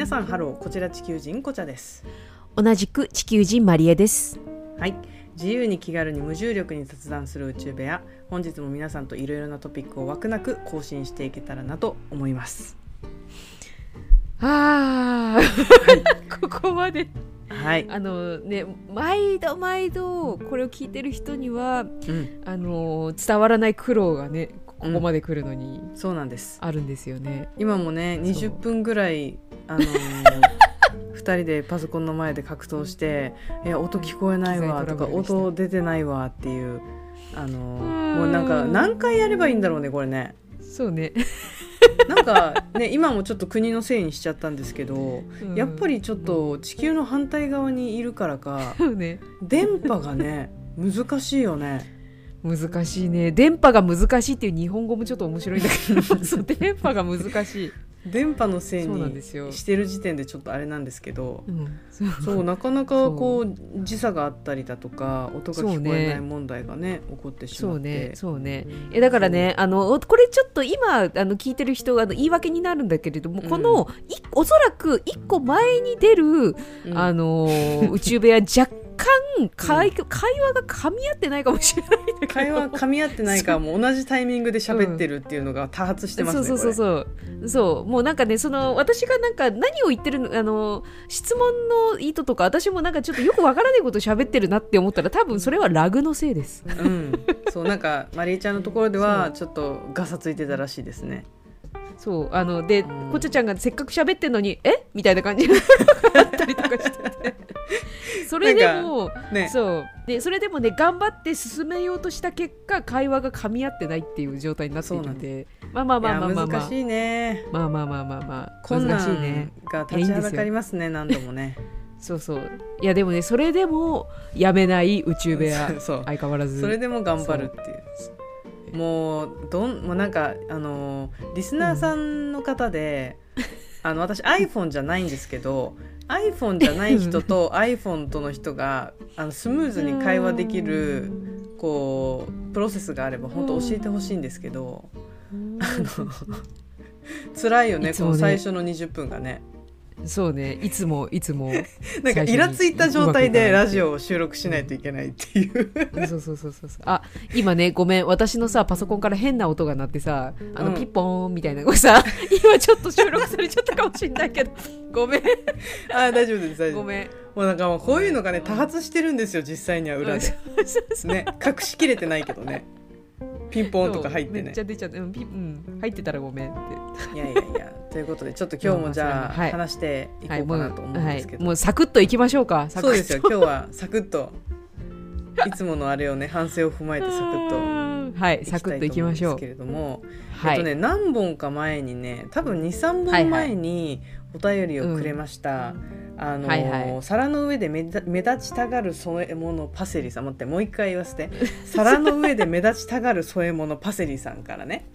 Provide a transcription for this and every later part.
皆さんハロー、こちら地球人こちゃです。 同じく地球人マリエです。 はい、自由に気軽に無重力に雑談する宇宙部屋、本日も皆さんといろいろなトピックを枠なく更新していけたらなと思います。 はい、ここまではい、 毎度これを聞いてる人には、伝わらない苦労がねここまで来るのに、 そうなんです。 あるんですよね。 今もね20分ぐらい2人でパソコンの前で格闘して、音聞こえないわとか音出てないわっていうもうなんか何回やればいいんだろうねこれね。 そうねなんかね今もちょっと国のせいにしちゃったんですけど、やっぱりちょっと地球の反対側にいるからか、 ね、 電波がね難しいよね。 難しいね。電波が難しいっていう日本語もちょっと面白いんだけどそう電波が難しい。 電波のせいにしてる時点でちょっとあれなんですけど、そうなかなかこう時差があったりだとか音が聞こえない問題がね起こってしまって、 そうねだからねこれちょっと今聞いてる人が言い訳になるんだけれども、このおそらく1個前に出る、宇宙部屋若干会話が噛み合ってないかもしれないんだけど、 会話噛み合ってないかも同じタイミングで喋ってるっていうのが多発してますね。 そうもうなんかね私がなんか何を言ってるの質問の意図とか私もなんかちょっとよくわからないことを喋ってるなって思ったら多分それはラグのせいです。 そうなんかマリエちゃんのところではちょっとガサついてたらしいですね。 そうで、こちゃちゃんがせっかく喋ってんのにみたいな感じになったりとかしててそれでも、ね、それでもね頑張って進めようとした結果会話が噛み合ってないっていう状態になっているので、 難しいね。困難が立ちはだかりますね何度もね。 いやでもねそれでもやめない宇宙部屋相変わらずそれでも頑張るっていう。もうなんかリスナーさんの方で、私 iPhone じゃないんですけどiPhone じゃない人とiPhone との人がスムーズに会話できるこうプロセスがあれば本当教えてほしいんですけど、辛いよねこの最初の20分がね。 そうねいつもなんかイラついた状態でラジオを収録しないといけないっていうそう今ねごめん私のさパソコンから変な音が鳴ってさピッポーンみたいなのがさ今ちょっと収録されちゃったかもしれないけどごめん大丈夫ですごめん。 もうなんかもうこういうのがね多発してるんですよ実際には裏でね隠しきれてないけどねピンポンとか入ってねめっちゃ出ちゃって、入ってたらごめんっていやということでちょっと今日もじゃあ話していこうかなと思うんですけど、 もうサクッといきましょうか。 そうですよ今日はサクッといつものあれをね反省を踏まえてサクッとサクッといきましょう。 けれども、何本か前にね多分 2,3 本前にお便りをくれました、皿の上で目立ちたがる添え物パセリさん、待ってもう一回言わせて皿の上で目立ちたがる添え物パセリさんからね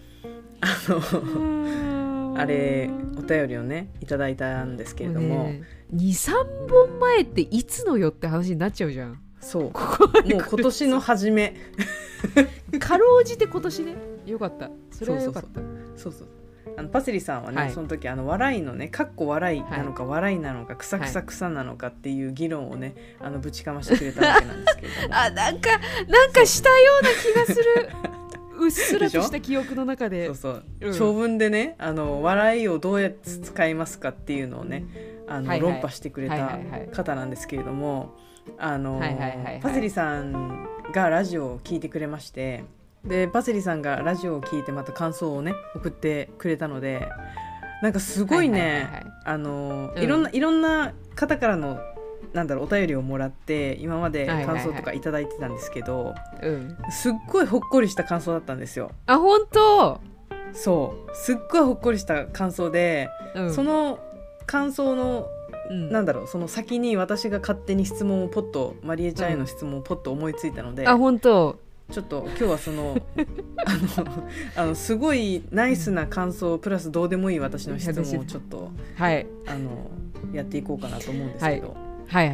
あれお便りをねいただいたんですけれども、 2,3 本前っていつのよって話になっちゃうじゃん。 そうもう今年の初めかろうじて今年ねよかった。それはよかった。 そうパセリさんはね、その時笑いのねかっこ笑いなのか、笑いなのか草なのかっていう議論をねぶちかましてくれたわけなんですけれどもなんかしたような気がするうっすらとした記憶の中で長文でね笑いをどうやって使いますかっていうのをね論破してくれた方なんですけれども、パセリさんがラジオを聞いてくれまして、でパセリさんがラジオを聞いてまた感想をね送ってくれたので、なんかすごいねいろんな方からのお便りをもらって今まで感想とかいただいてたんですけど、すっごいほっこりした感想だったんですよ。 あ、本当？ そうすっごいほっこりした感想で、その感想のその先に私が勝手に質問をポッとマリエちゃんへの質問をポッと思いついたので、 本当ちょっと今日はそのすごいナイスな感想プラスどうでもいい私の質問をちょっと、やっていこうかなと思うんですけど、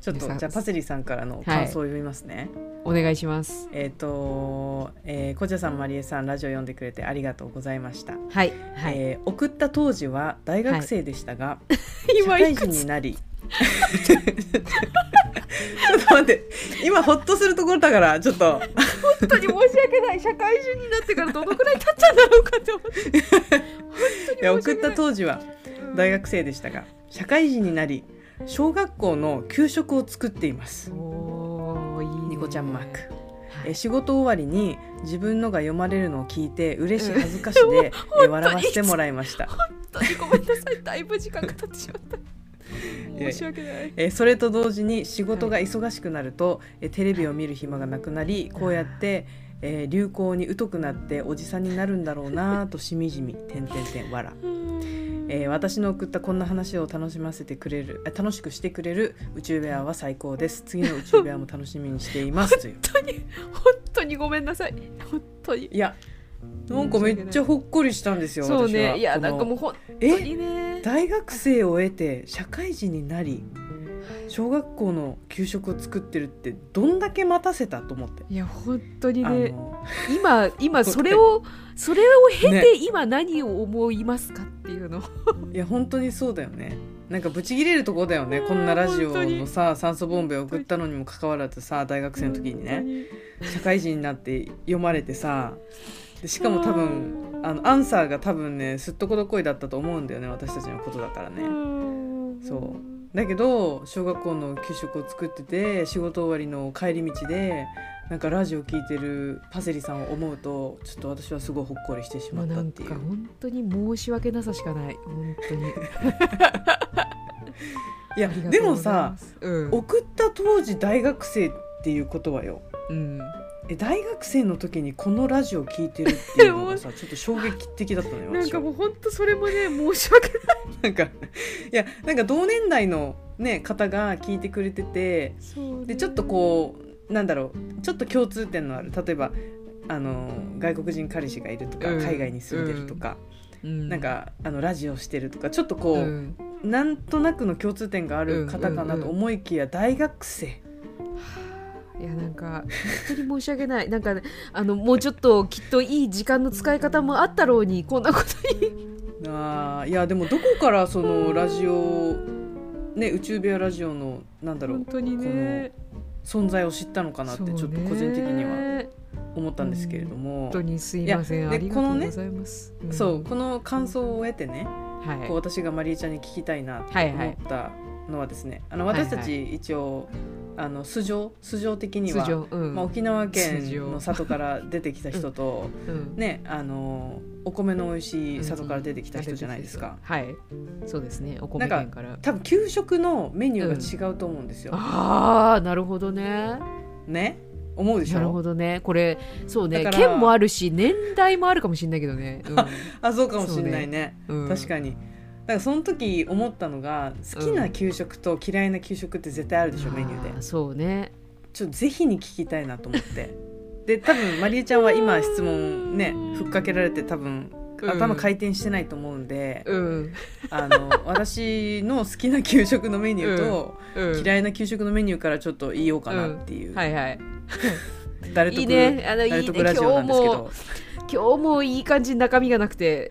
ちょっとじゃあパセリさんからの感想を読みますね、 お願いします。 こちゃさんまりえさん、ラジオ読んでくれてありがとうございました。 はい、はい。 送った当時は大学生でしたが、社会人になりちょっと待って、今ホッとするところだからちょっと本当に申し訳ない。社会人になってからどのくらい経ったんだろうかって思って本当に申し訳ない。 いや、送った当時は大学生でしたが、社会人になり小学校の給食を作っています。 おー、いいね。 ニコちゃんマーク。仕事終わりに自分のが読まれるのを聞いて嬉しい恥ずかしで、笑わせてもらいました。 本当にごめんなさい。だいぶ時間が経ってしまった申し訳ない。 それと同時に仕事が忙しくなると、テレビを見る暇がなくなり、こうやって、流行に疎くなっておじさんになるんだろうなとしみじみわら。私の送ったこんな話を楽しくしてくれる宇宙ベアは最高です。次の宇宙ベアも楽しみにしていますという本当にごめんなさい。本当に。 いや、なんかめっちゃほっこりしたんですよ。 そうね。私は。いや、なんかもう本当にね。 大学生を得て社会人になり小学校の給食を作ってるってどんだけ待たせたと思って。 いや本当にね。今それを経て今何を思いますかっていうの。 いや本当にそうだよね。なんかブチ切れるとこだよね。こんなラジオのさ酸素ボンベを送ったのにもかかわらずさ、大学生の時にね社会人になって読まれてさ、でしかも多分アンサーが多分ねすっとこどこいだったと思うんだよね、私たちのことだからね。そうだけど小学校の給食を作ってて、仕事終わりの帰り道でなんかラジオ聞いてるパセリさんを思うと、ちょっと私はすごいほっこりしてしまったっていう。 なんか本当に申し訳なさしかない。本当にいやでもさ、送った当時大学生っていうことはよ、大学生の時にこのラジオを聞いてるっていうのがさちょっと衝撃的だったのよ。 なんかもう本当それもね申し訳ないなんか同年代の、ね、方が聞いてくれてて、でちょっとこうなんだろう、ちょっと共通点のある、例えば外国人彼氏がいるとか、海外に住んでるとか、なんかラジオしてるとか、ちょっとこう、なんとなくの共通点がある方かなと思いきや大学生。 いやなんか本当に申し訳ない。なんかもうちょっときっといい時間の使い方もあったろうに、こんなことに。 いやでもどこからそのラジオね、宇宙部屋ラジオのなんだろう、 本当にね、 この存在を知ったのかなってちょっと個人的には思ったんですけれども、 本当にすいません、ありがとうございます。 そうこの感想を得てね、こう私がマリエちゃんに聞きたいなと思ったのはですね、私たち一応素性的には、沖縄県の里から出てきた人と、ね、お米の美味しい里から出てきた人じゃないですか。 はい、そうですね。お米県から。 多分給食のメニューが違うと思うんですよ。 ああ、なるほどね。 ね、思うでしょ。 なるほどね。これそうね、県もあるし年代もあるかもしれないけどね。 そうかもしれないね。確かに。だからその時思ったのが、好きな給食と嫌いな給食って絶対あるでしょ、メニューで。 そうね。 ちょっとぜひに聞きたいなと思って。で多分マリエちゃんは今質問ねふっかけられて多分頭回転してないと思うんで、私の好きな給食のメニューと、嫌いな給食のメニューからちょっと言おうかなっていう。 はいはい。 誰得ラジオなんですけど、 今日もいい感じに中身がなくて。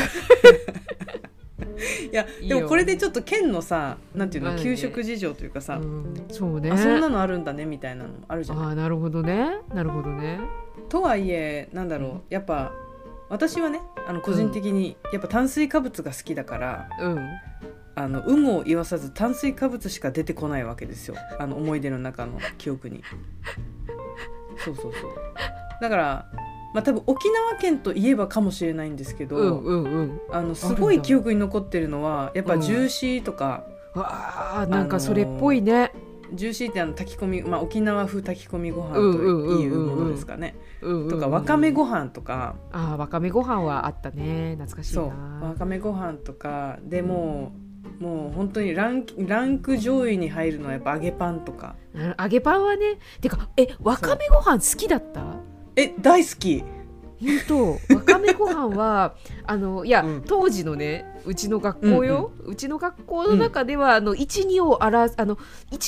いやでもこれでちょっと県のさ、なんていうの、給食事情というかさ、 そうね、 そんなのあるんだねみたいなのあるじゃない。 なるほどね、なるほどね。 とはいえなんだろう、やっぱ私はね個人的にやっぱ炭水化物が好きだから、有無を言わさず炭水化物しか出てこないわけですよ、思い出の中の記憶に。そうだから多分沖縄県といえばかもしれないんですけど、すごい記憶に残ってるのはやっぱジューシーとか、 なんかそれっぽいね。 ジューシーって炊き込み、沖縄風炊き込みご飯というものですかね、とかわかめご飯とか。 わかめご飯はあったね、懐かしいな。 そうわかめご飯とかでもう本当にランク上位に入るのはやっぱ揚げパンとか。 揚げパンはね、てかわかめご飯好きだった？ 大好き。 本当わかめご飯はいや、当時のねうちの学校よ、うちの学校の中では1,2を下の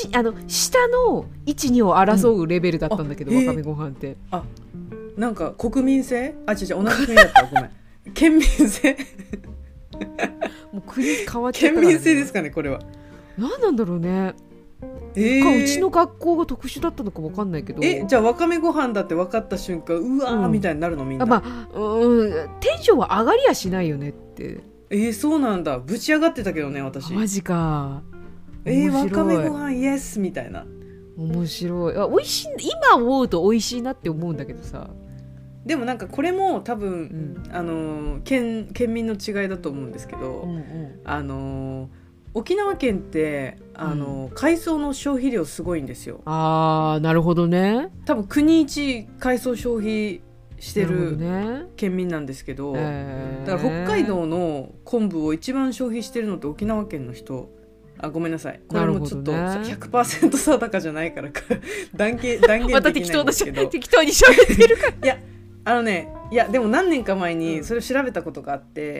1,2を争うレベルだったんだけど、わかめご飯ってなんか国民性違う同じ国だったごめん県民性もう国変わっちゃったから、ね、 県民性ですかねこれは。 何なんだろうね。うちの学校が特殊だったのか分かんないけど、 じゃあわかめご飯だって分かった瞬間うわーみたいになるのみんな。 テンションは上がりやしないよねって。そうなんだ。ぶち上がってたけどね私。 マジか。 わかめご飯イエスみたいな。 面白い。美味しい。今思うと美味しいなって思うんだけどさ。 でもなんかこれも多分、県民の違いだと思うんですけど、沖縄県って海藻の消費量すごいんですよ。 なるほどね。 多分国一海藻消費してる県民なんですけど、だから北海道の昆布を一番消費してるのって沖縄県の人。ごめんなさい、これもちょっと 100% 定かじゃないから断言できないんですけど、 また適当に喋ってるからいやでも何年か前にそれを調べたことがあって、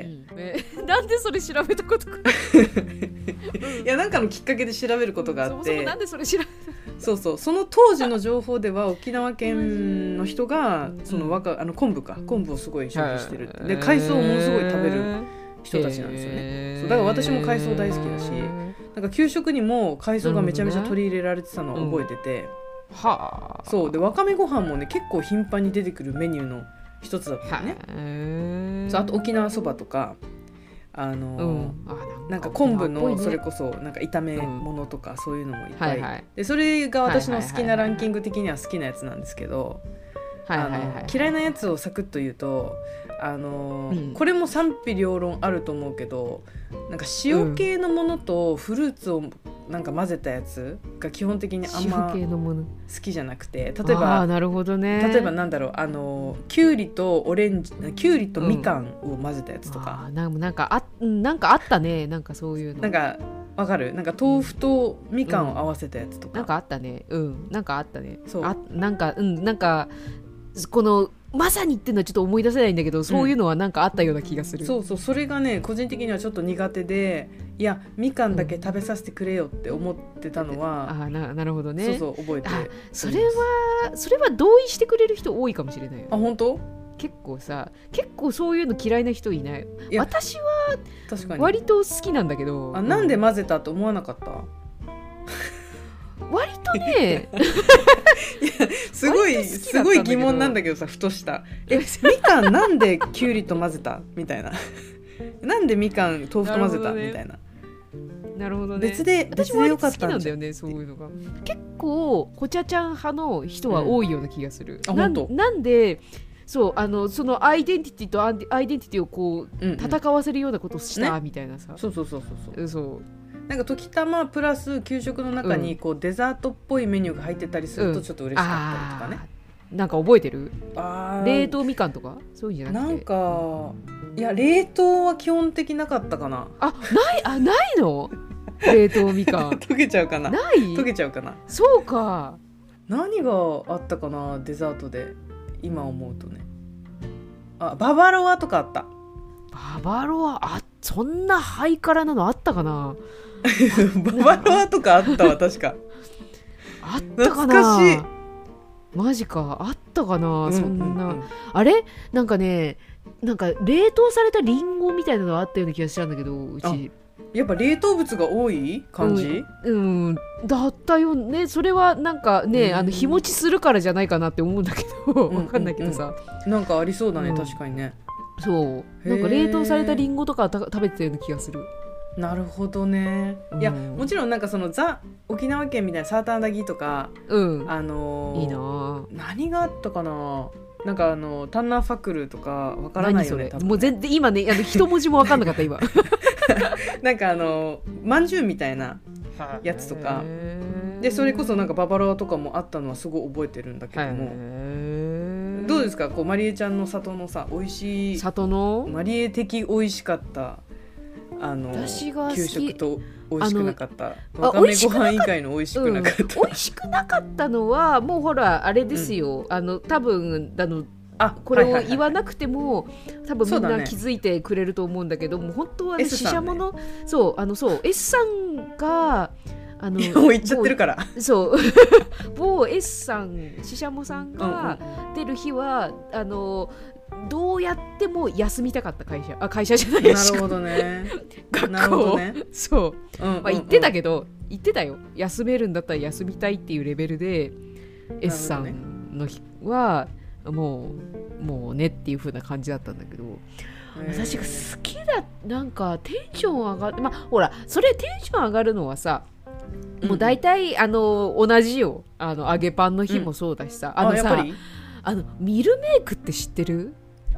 なんでそれ調べたことかいやなんかのきっかけで調べることがあって、 そもそもなんでそれ調べたその当時の情報では沖縄県の人が昆布をすごい消費してるって、で海藻をものすごい食べる人たちなんですよね。だから私も海藻大好きだし、なんか給食にも海藻がめちゃめちゃ取り入れられてたのを覚えてて、そうでわかめご飯もね結構頻繁に出てくるメニューの一つだったよね。あと沖縄そばとかなんか昆布のそれこそなんか炒め物とかそういうのもいっぱい、でそれが私の好きなランキング的には好きなやつなんですけど、嫌いなやつをサクッと言うとこれも賛否両論あると思うけど、なんか塩系のものとフルーツをなんか混ぜたやつが基本的にあんま好きじゃなくて、例えばなるほどね。 例えばなんだろうキュウリとキュウリとみかんを混ぜたやつとか、 なんかあったね。なんかそういうのなんかわかる？なんか豆腐とみかんを合わせたやつとか、 なんかあったね。なんかあったね。 そうなんかこのまさにっていうのはちょっと思い出せないんだけど、そういうのはなんかあったような気がする。 それがね個人的にはちょっと苦手で、いやみかんだけ食べさせてくれよって思ってたのは、 なるほどね。 覚えて、 それは同意してくれる人多いかもしれないよ。 本当？ 結構そういうの嫌いな人いない。私は確かに割と好きなんだけど。 なんで混ぜたと思わなかった？ 割とねすごい疑問なんだけどさ、ふとしたみかんなんできゅうりと混ぜたみたいななんでみかん豆腐と混ぜた、みたいな。 なるほどね。 別でよかったんじゃん。 私割と好きなんだよね、そういうのが。結構こちゃちゃん派の人は多いような気がする。なんでそのアイデンティティとアイデンティティをこう、戦わせるようなことをした、みたいなさ。そうなんか時たまプラス給食の中にこうデザートっぽいメニューが入ってたりするとちょっと嬉しかったりとかね。 なんか覚えてる？冷凍みかんとかそういうんじゃなくて。 なんかいや冷凍は基本的なかったかな。 ないの？冷凍みかん溶けちゃうかな。溶けちゃうかな。 そうか。 何があったかなデザートで今思うとね。ババロアとかあった。 ババロアそんなハイカラなのあったかな。 ババロアとかあったわ確か。 あったかな。懐かしい。マジかあったかな、そんな、あれなんかね、なんか冷凍されたリンゴみたいなのがあったような気がしたんだけど、うちやっぱ冷凍物が多い感じ、 だったよね。それはなんかね、日持ちするからじゃないかなって思うんだけど、わかんないけどさ、 なんかありそうだね、確かにね。 そうなんか冷凍されたリンゴとか食べてたような気がする。 なるほどね。いやもちろんなんかそのザ沖縄県みたいなサーターアンダギーとか、いいな。何があったかな。なんかタンナーファクルとかわからないよね。 もう全然今ね一文字もわかんなかった今。 なんかまんじゅうみたいなやつとかで、それこそなんかババロアとかもあったのはすごい覚えてるんだけども、どうですかこうマリエちゃんの里のさ美味しい里のマリエ的美味しかった私が給食と美味しくなかったわかめご飯以外の美味しくなかった、 美味しくなかったのはもうほらあれですよ、多分これを言わなくても、多分みんな気づいてくれると思うんだけども、本当はシシャモの、そう S さんがもう言っちゃってるからそう某 S さんシシャモさんが出る日は、どうやっても休みたかった会社じゃないですか。 なるほどね学校ね、そう、言ってたけど、言ってたよ、休めるんだったら休みたいっていうレベルで S さんの日はもうねっていう風な感じだったんだけど、私が好きだ、なんかテンション上がって、ほらそれテンション上がるのはさ、もう大体同じよ、揚げパンの日もそうだしさ、 やっぱりミルメイクって知ってる？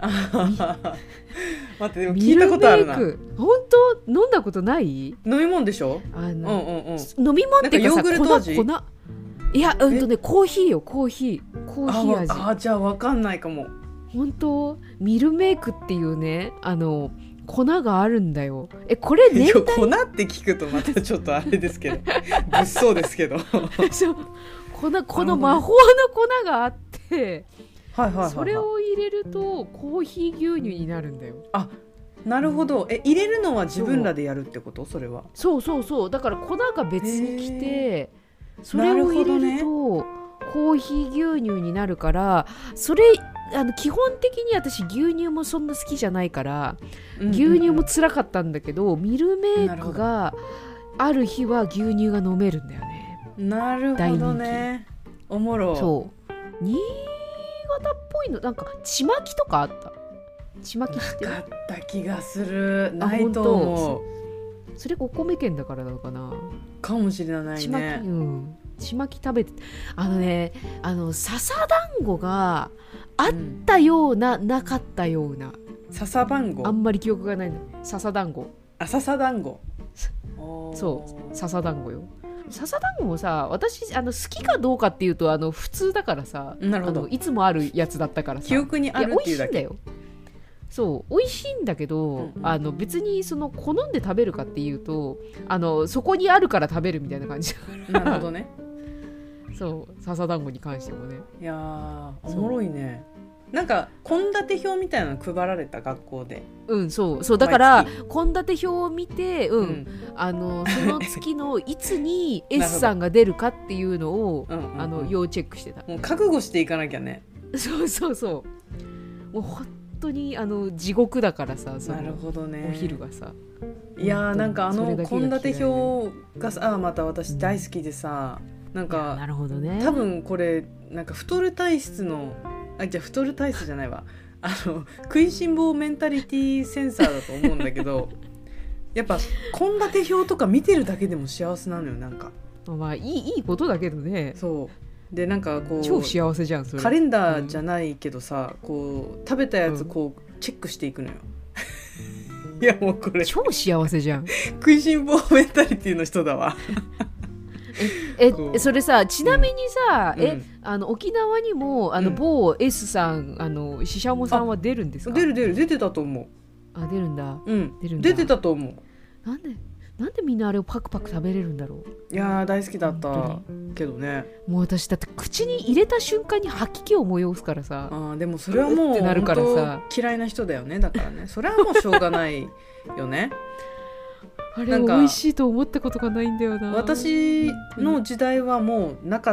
待って、でも聞いたことあるな。 ミルメイク本当飲んだことない？ 飲み物でしょ？ 飲み物っていうかさ、 ヨーグルト味？ 粉いや、コーヒーよ、コーヒー味。 じゃあ分かんないかも。 本当？ミルメイクっていうね、粉があるんだよ。これ年代粉って聞くとまたちょっとあれですけど物騒ですけどそう、この魔法の粉があって、それを入れるとコーヒー牛乳になるんだよ。 なるほど。入れるのは自分らでやるってこと？それはそうだから粉が別に来て、それを入れるとコーヒー牛乳になるから、それ基本的に私牛乳もそんな好きじゃないから、牛乳も辛かったんだけど、ミルメイクがある日は牛乳が飲めるんだよね。 なるほどね。おもろ。 そう新潟っぽいの、なんかちまきとかあった。ちまきってなかった気がする。ないと思う。 それお米県だからなのかな。 かもしれないね。 ちまき食べて、笹団子があったような、なかったような。 笹団子？ あんまり記憶がないの。笹団子。 笹団子。 そう笹団子よ。笹団子もさ、私好きかどうかっていうと普通だからさ、いつもあるやつだったからさ、 記憶にあるっていうだけ。 美味しいんだよ。そう美味しいんだけど、別に好んで食べるかっていうと、そこにあるから食べるみたいな感じだから。 なるほどね。 そう笹団子に関してもね。 いやーおもろいね。なんか献立表みたいなの配られた、学校で。 そうだから献立表を見て、その月のいつに S さんが出るかっていうのを要チェックしてた。 もう覚悟していかなきゃね。 そうもう本当に地獄だからさ。 なるほどね。 お昼がさ、 いやーなんか献立表がさ、また私大好きでさ、なんかなるほどね。 多分これなんか太る体質の太る体質じゃないわ、食いしん坊メンタリティセンサーだと思うんだけどやっぱ献立表とか見てるだけでも幸せなのよ。なんかいいことだけどね。 そうで、なんかこう超幸せじゃんそれ。 カレンダーじゃないけどさ、こう食べたやつこうチェックしていくのよいやもうこれ超幸せじゃん食いしん坊メンタリティの人だわそれさ、ちなみにさ、沖縄にも某 S さんシシャモさんは出るんですか？ 出てたと思う。 出るんだ。 出てたと思う。 なんでみんなあれをパクパク食べれるんだろう。いやー大好きだったけどね。 もう私だって口に入れた瞬間に吐き気を催すからさ。 でもそれはもうってなるからさ、 嫌いな人だよね。だからね、それはもうしょうがないよねあれ美味しいと思ったことがないんだよな。 私の時代はもうなかった、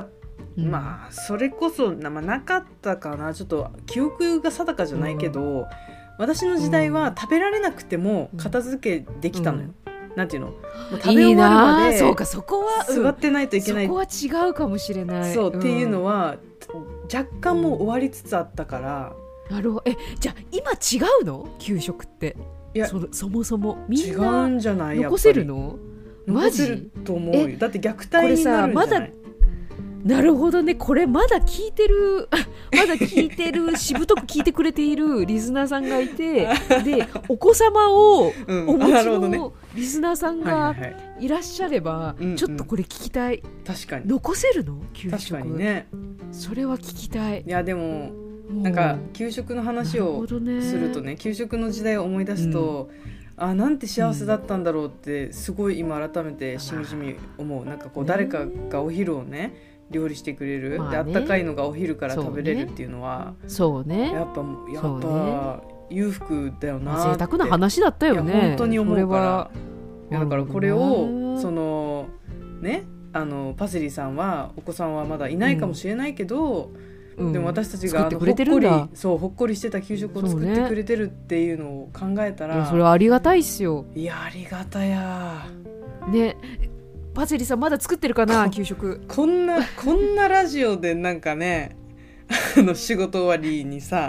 それこそなかったかな。ちょっと記憶が定かじゃないけど、私の時代は食べられなくても片付けできたのよ。なんていうの、もう食べ終わるまでそうか、そこは座ってないといけない、 そこは違うかもしれない。 っていうのは若干もう終わりつつあったから。 なるほど。じゃあ今違うの？給食って。いや、そもそもみんな違うんじゃない？ 残せるの？マジ？ 残せると思うよ。だって虐待になるんじゃない？ なるほどね。これまだ聞いてるしぶとく聞いてくれているリスナーさんがいて、でお子様をお持ちのリスナーさんがいらっしゃれば、ちょっとこれ聞きたい。 確かに残せるの？給食。 確かにね。 それは聞きたい。 いやでもなんか給食の話をするとね、給食の時代を思い出すと、なんて幸せだったんだろうってすごい今改めてしみじみ思う。なんかこう誰かがお昼をね料理してくれる、であったかいのがお昼から食べれるっていうのはそうね、 やっぱ裕福だよなって、 贅沢な話だったよね。 本当に思うから、だからこれをそのね、パセリさんはお子さんはまだいないかもしれないけど、でも私たちがほっこりしてた給食を作ってくれてるっていうのを考えたら、 それはありがたいっすよ。 いやありがたやね。パセリさんまだ作ってるかな、給食。 こんなラジオでなんかね仕事終わりにさ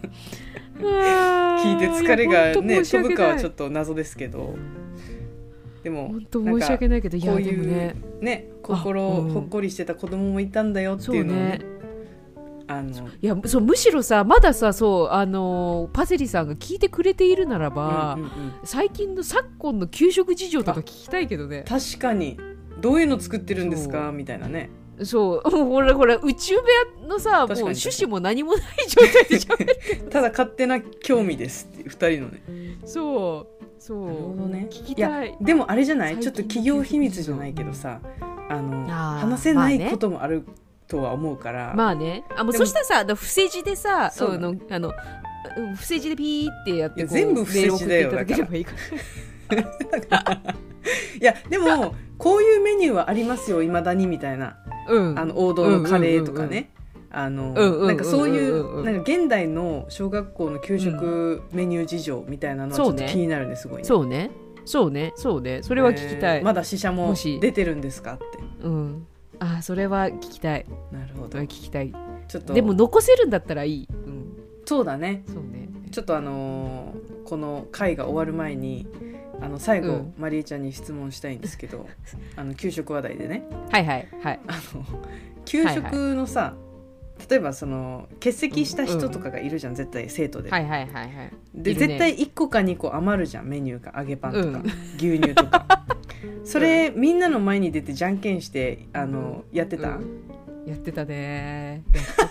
聞いて疲れがね飛ぶかはちょっと謎ですけど、でも本当申し訳ないけど、 こういうね心ほっこりしてた子供もいたんだよっていうのをね、 いやそうむしろさ、まださ、そうパセリさんが聞いてくれているならば、最近の昨今の給食事情とか聞きたいけどね。 確かにどういうの作ってるんですかみたいなね。 そうほら宇宙部屋のさ、もう趣旨も何もない状態で喋るけどただ勝手な興味ですっていう2人のね。 そうなるほどね。 聞きたい。 でもあれじゃない、ちょっと企業秘密じゃないけどさ、話せないこともあるとは思うから、 まあね、もうそしたらさ、伏せ字でさ、伏せ字でピーってやって全部伏せ字だよ。だからいやでもこういうメニューはありますよ未だにみたいな、王道のカレーとかね、なんかそういうなんか現代の小学校の給食メニュー事情みたいなのはちょっと気になるね。すごいね。そうねそれは聞きたい。 まだ死者も出てるんですかって。 それは聞きたい。 なるほど、 聞きたい。 ちょっとでも残せるんだったらいい。 そうだね。ちょっとこの回が終わる前に最後、マリエちゃんに質問したいんですけど給食話題でね、給食のさ、例えばその欠席した人とかがいるじゃん、絶対生徒で、で絶対1個か2個余るじゃん、メニューが揚げパンとか、牛乳とかそれ、みんなの前に出てじゃんけんしてやってた、 やってたね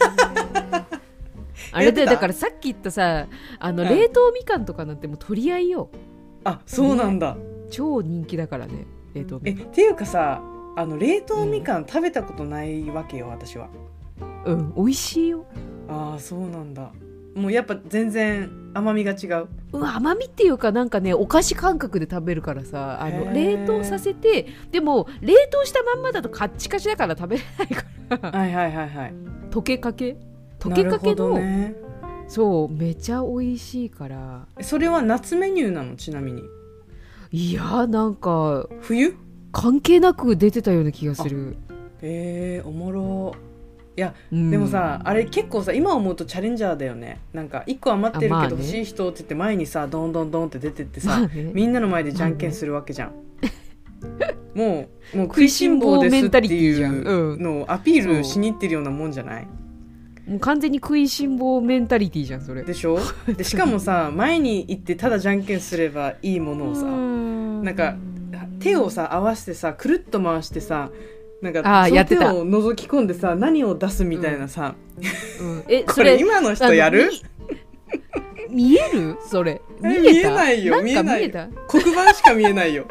あれでだからさっき言ったさ、冷凍みかんとかなんてもう取り合いよ。 あ、そうなんだ、 超人気だからね、冷凍みかん。 っていうかさ、冷凍みかん食べたことないわけよ、私は。 美味しいよ。 そうなんだ。もうやっぱ全然甘みが違う。 甘みっていうか、なんかね、お菓子感覚で食べるからさ、冷凍させて、でも冷凍したまんまだとカッチカチだから食べれないから溶けかけの、ね、そうめちゃ美味しいから。それは夏メニューなの？ちなみに。 いや、なんか冬関係なく出てたような気がする。 おもろ。いや、でもさ、あれ結構さ、今思うとチャレンジャーだよね。なんか1個余ってるけど欲しい人って言って前にさ、どんどんどんって出てってさ、みんなの前でじゃんけんするわけじゃん、もう食いしん坊ですっていうのをアピールしに行ってるようなもんじゃない？ もう完全に食いしん坊メンタリティじゃん、それ。 でしょ？でしかもさ、前に行ってただじゃんけんすればいいものをさ、なんか手をさ合わせてさ、くるっと回してさ、なんかその手を覗き込んでさ、何を出すみたいなさ、これ今の人やる？ 見える？それ見えないよ。見えない。黒板しか見えないよ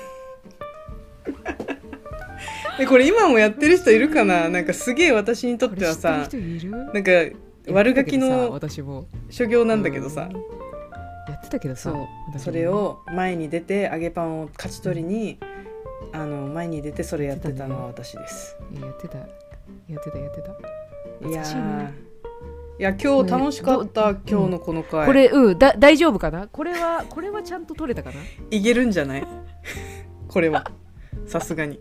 これ今もやってる人いるかな。なんかすげえ私にとってはさ、なんか悪ガキの所業なんだけどさ、 やってたけどさ、 それを前に出て揚げパンを勝ち取りに、前に出てそれやってたのは私です。 やってた。 いや今日楽しかった。今日のこの回、 これ大丈夫かな。これはちゃんと取れたかな。 いけるんじゃないこれはさすがに。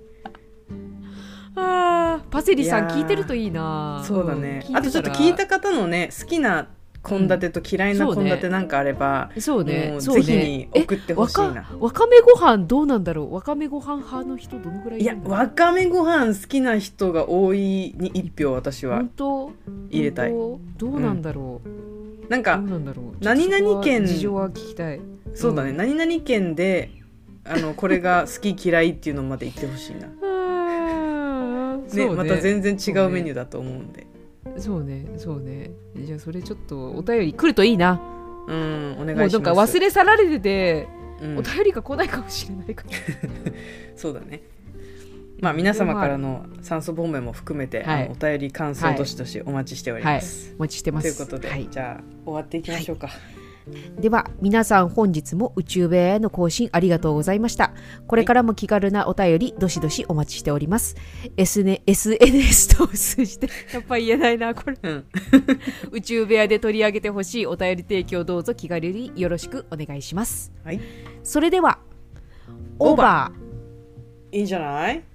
パセリさん聞いてるといいな。 そうだね。あとちょっと聞いた方のね、好きな献立と嫌いな献立なんかあれば、ぜひに送ってほしいな。 わかめご飯どうなんだろう。わかめご飯派の人どのぐらいいるんだろう。 いや、わかめご飯好きな人が多いに1票私は入れたい。 どうなんだろう。なんか何々県、 事情は聞きたい。 そうだね、何々県でこれが好き嫌いっていうのまで言ってほしいなね、また全然違うメニューだと思うんで。 そうね。じゃあそれちょっとお便り来るといいな。 お願いします。 もうなんか忘れ去られてて、お便りが来ないかもしれないからそうだね。 まあ、皆様からの酸素ボンベも含めて、お便り感想どしどしお待ちしております、 お待ちしてます。 ということで、じゃあ終わっていきましょうか。 では皆さん、本日も宇宙部屋への更新ありがとうございました。これからも気軽なお便りどしどしお待ちしております。SNS と数字でやっぱり言えないなこれ、宇宙部屋で取り上げてほしいお便り提供、どうぞ気軽によろしくお願いします。それではオーバー。 いいんじゃない？